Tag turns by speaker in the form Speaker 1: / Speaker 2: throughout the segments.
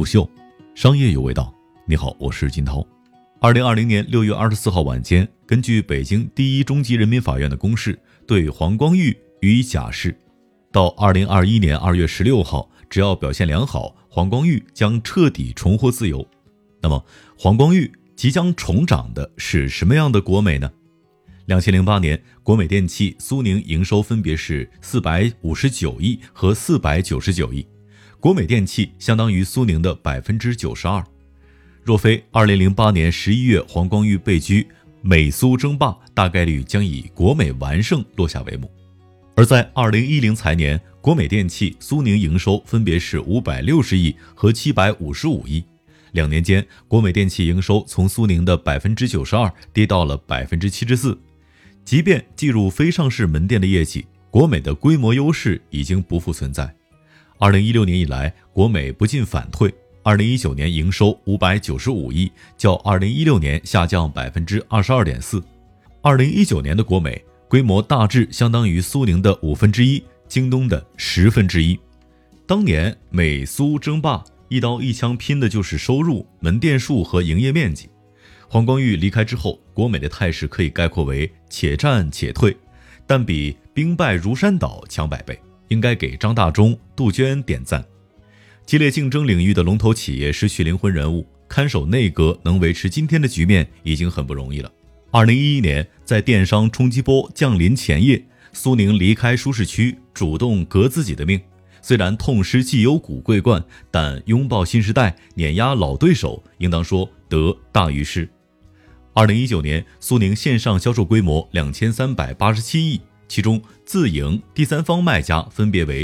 Speaker 1: 不秀，商业有味道。你好，我是金涛。2020年6月24号晚间，根据北京第一中级人民法院的公示，对黄光裕予以假释。到2021年2月16号，只要表现良好，黄光裕将彻底重获自由。那么，黄光裕即将重掌的是什么样的国美呢？2008年，国美电器苏宁营收分别是459亿和499亿，国美电器相当于苏宁的 92%。若非2008年11月黄光裕被拘，美苏争霸大概率将以国美完胜落下帷幕。而在2010财年，国美电器苏宁营收分别是560亿和755亿，2年间国美电器营收从苏宁的 92% 跌到了 74%。即便计入非上市门店的业绩，国美的规模优势已经不复存在。2016年以来，国美不进反退，2019年营收595亿，较2016年下降 22.4%。2019年的国美规模大致相当于苏宁的1/5，京东的1/10。当年美苏争霸，一刀一枪拼的就是收入、门店数和营业面积。黄光裕离开之后，国美的态势可以概括为且战且退，但比兵败如山倒强100倍，应该给张大中、杜鹃点赞。激烈竞争领域的龙头企业失去灵魂人物，看守内阁能维持今天的局面已经很不容易了。2011年，在电商冲击波降临前夜，苏宁离开舒适区，主动革自己的命。虽然痛失既有股桂冠，但拥抱新时代，碾压老对手，应当说得大于失。2019年，苏宁线上销售规模2387亿，其中自营、第三方卖家分别为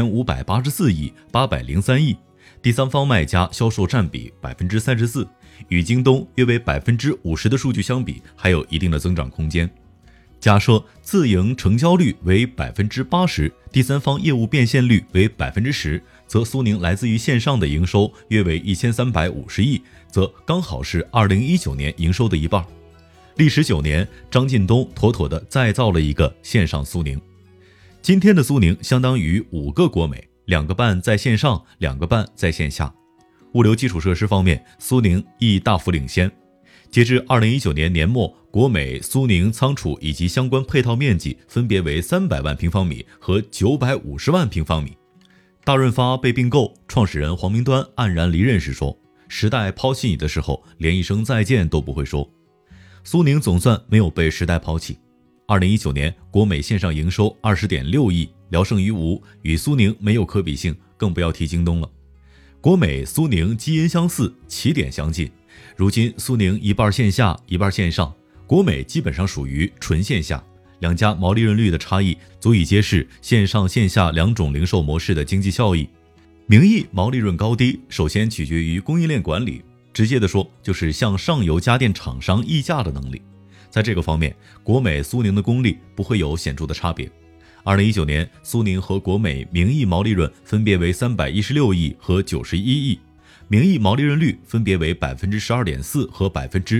Speaker 1: 1584亿、803亿，第三方卖家销售占比 34%， 与京东约为 50% 的数据相比，还有一定的增长空间。假设自营成交率为 80%， 第三方业务变现率为 10%， 则苏宁来自于线上的营收约为1350亿，则刚好是2019年营收的一半。历时9年，张近东妥妥地再造了一个线上苏宁。今天的苏宁相当于5个国美，2个半在线上，2个半在线下。物流基础设施方面，苏宁亦大幅领先。截至2019年年末，国美苏宁仓储以及相关配套面积分别为300万平方米和950万平方米。大润发被并购，创始人黄明端黯然离任时说，时代抛弃你的时候，连一声再见都不会说。苏宁总算没有被时代抛弃。2019年，国美线上营收 20.6 亿，聊胜于无，与苏宁没有可比性，更不要提京东了。国美苏宁基因相似，起点相近。如今苏宁一半线下一半线上，国美基本上属于纯线下，两家毛利润率的差异足以揭示线上线下两种零售模式的经济效益。名义毛利润高低首先取决于供应链管理，直接的说就是向上游家电厂商议价的能力。在这个方面，国美苏宁的功力不会有显著的差别。2019年，苏宁和国美名义毛利润分别为316亿和91亿，名义毛利润率分别为 12.4% 和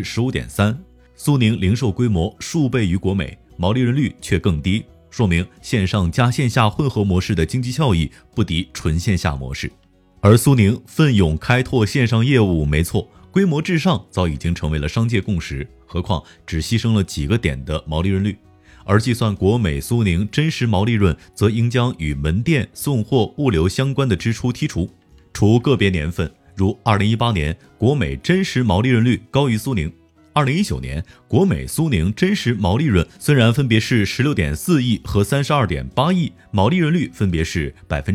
Speaker 1: 15.3%。 苏宁零售规模数倍于国美，毛利润率却更低，说明线上加线下混合模式的经济效益不敌纯线下模式。而苏宁奋勇开拓线上业务没错，规模至上早已经成为了商界共识，何况只牺牲了几个点的毛利润率。而计算国美苏宁真实毛利润，则应将与门店、送货、物流相关的支出剔除。除个别年份，如2018年，国美真实毛利润率高于苏宁。2019年，国美苏宁真实毛利润虽然分别是 16.4 亿和 32.8 亿，毛利润率分别是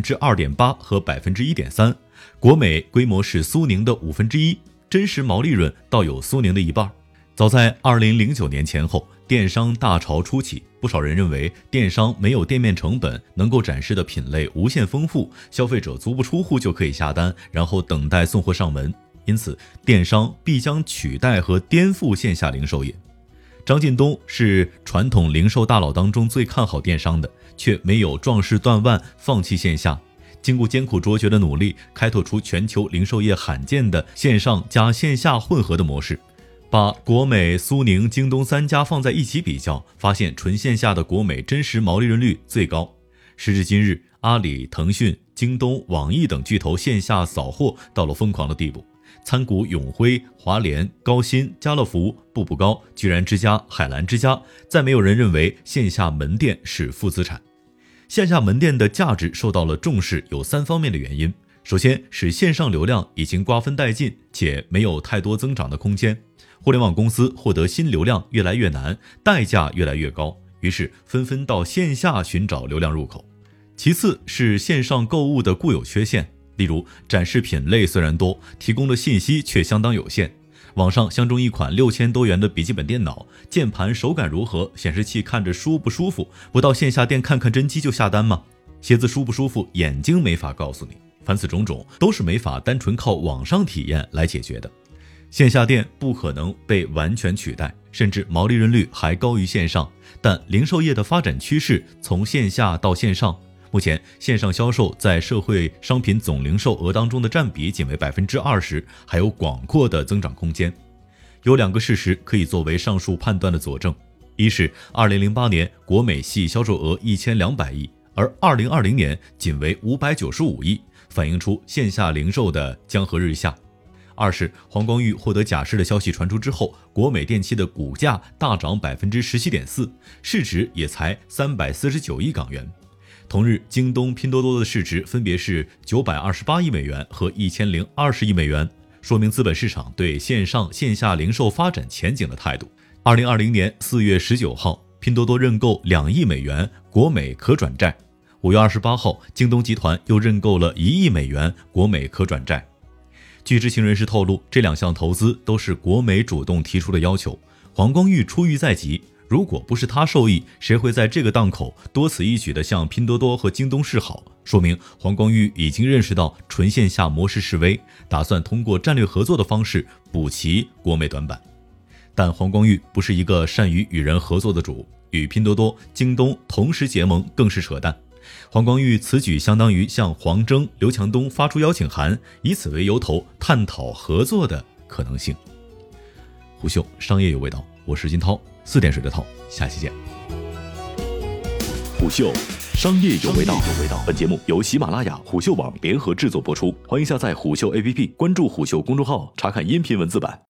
Speaker 1: 2.8% 和 1.3%。国美规模是苏宁的1/5，真实毛利润倒有苏宁的一半。早在2009年前后，电商大潮初起，不少人认为电商没有店面成本，能够展示的品类无限丰富，消费者足不出户就可以下单，然后等待送货上门，因此电商必将取代和颠覆线下零售业。张近东是传统零售大佬当中最看好电商的，却没有壮士断腕放弃线下，经过艰苦卓绝的努力，开拓出全球零售业罕见的线上加线下混合的模式。把国美、苏宁、京东3家放在一起比较，发现纯线下的国美真实毛利润率最高。时至今日，阿里、腾讯、 京东、网易等巨头线下扫货到了疯狂的地步，参股永辉、华联、高鑫、家乐福、步步高、居然之家、海澜之家，再没有人认为线下门店是负资产。线下门店的价值受到了重视，有3方面的原因。首先是线上流量已经瓜分殆尽，且没有太多增长的空间，互联网公司获得新流量越来越难，代价越来越高，于是纷纷到线下寻找流量入口。其次是线上购物的固有缺陷，例如展示品类虽然多，提供的信息却相当有限。网上相中一款6000多元的笔记本电脑，键盘手感如何，显示器看着舒不舒服，不到线下店看看真机就下单吗？鞋子舒不舒服，眼睛没法告诉你。凡此种种都是没法单纯靠网上体验来解决的。线下店不可能被完全取代，甚至毛利润率还高于线上，但零售业的发展趋势从线下到线上，目前线上销售在社会商品总零售额当中的占比仅为 20%， 还有广阔的增长空间。有2个事实可以作为上述判断的佐证，一是2008年国美系销售额1200亿，而2020年仅为595亿，反映出线下零售的江河日下。二是黄光裕获得假释的消息传出之后，国美电器的股价大涨 17.4%， 市值也才349亿港元。同日，京东、拼多多的市值分别是928亿美元和1020亿美元，说明资本市场对线上线下零售发展前景的态度。2020年4月19号，拼多多认购2亿美元国美可转债。5月28号，京东集团又认购了1亿美元国美可转债。据知情人士透露，这2项投资都是国美主动提出的要求。黄光裕出狱在即，如果不是他受益，谁会在这个档口多此一举地向拼多多和京东示好？说明黄光裕已经认识到纯线下模式式微，打算通过战略合作的方式补齐国美短板。但黄光裕不是一个善于与人合作的主，与拼多多、京东同时结盟更是扯淡。黄光裕此举相当于向黄峥、刘强东发出邀请函，以此为由头探讨合作的可能性。虎嗅商业有味道，我是金涛，4点水的涛，下期见。
Speaker 2: 虎嗅商业有味道，本节目由喜马拉雅、虎嗅网联合制作播出，欢迎下载虎嗅 APP， 关注虎嗅公众号，查看音频文字版。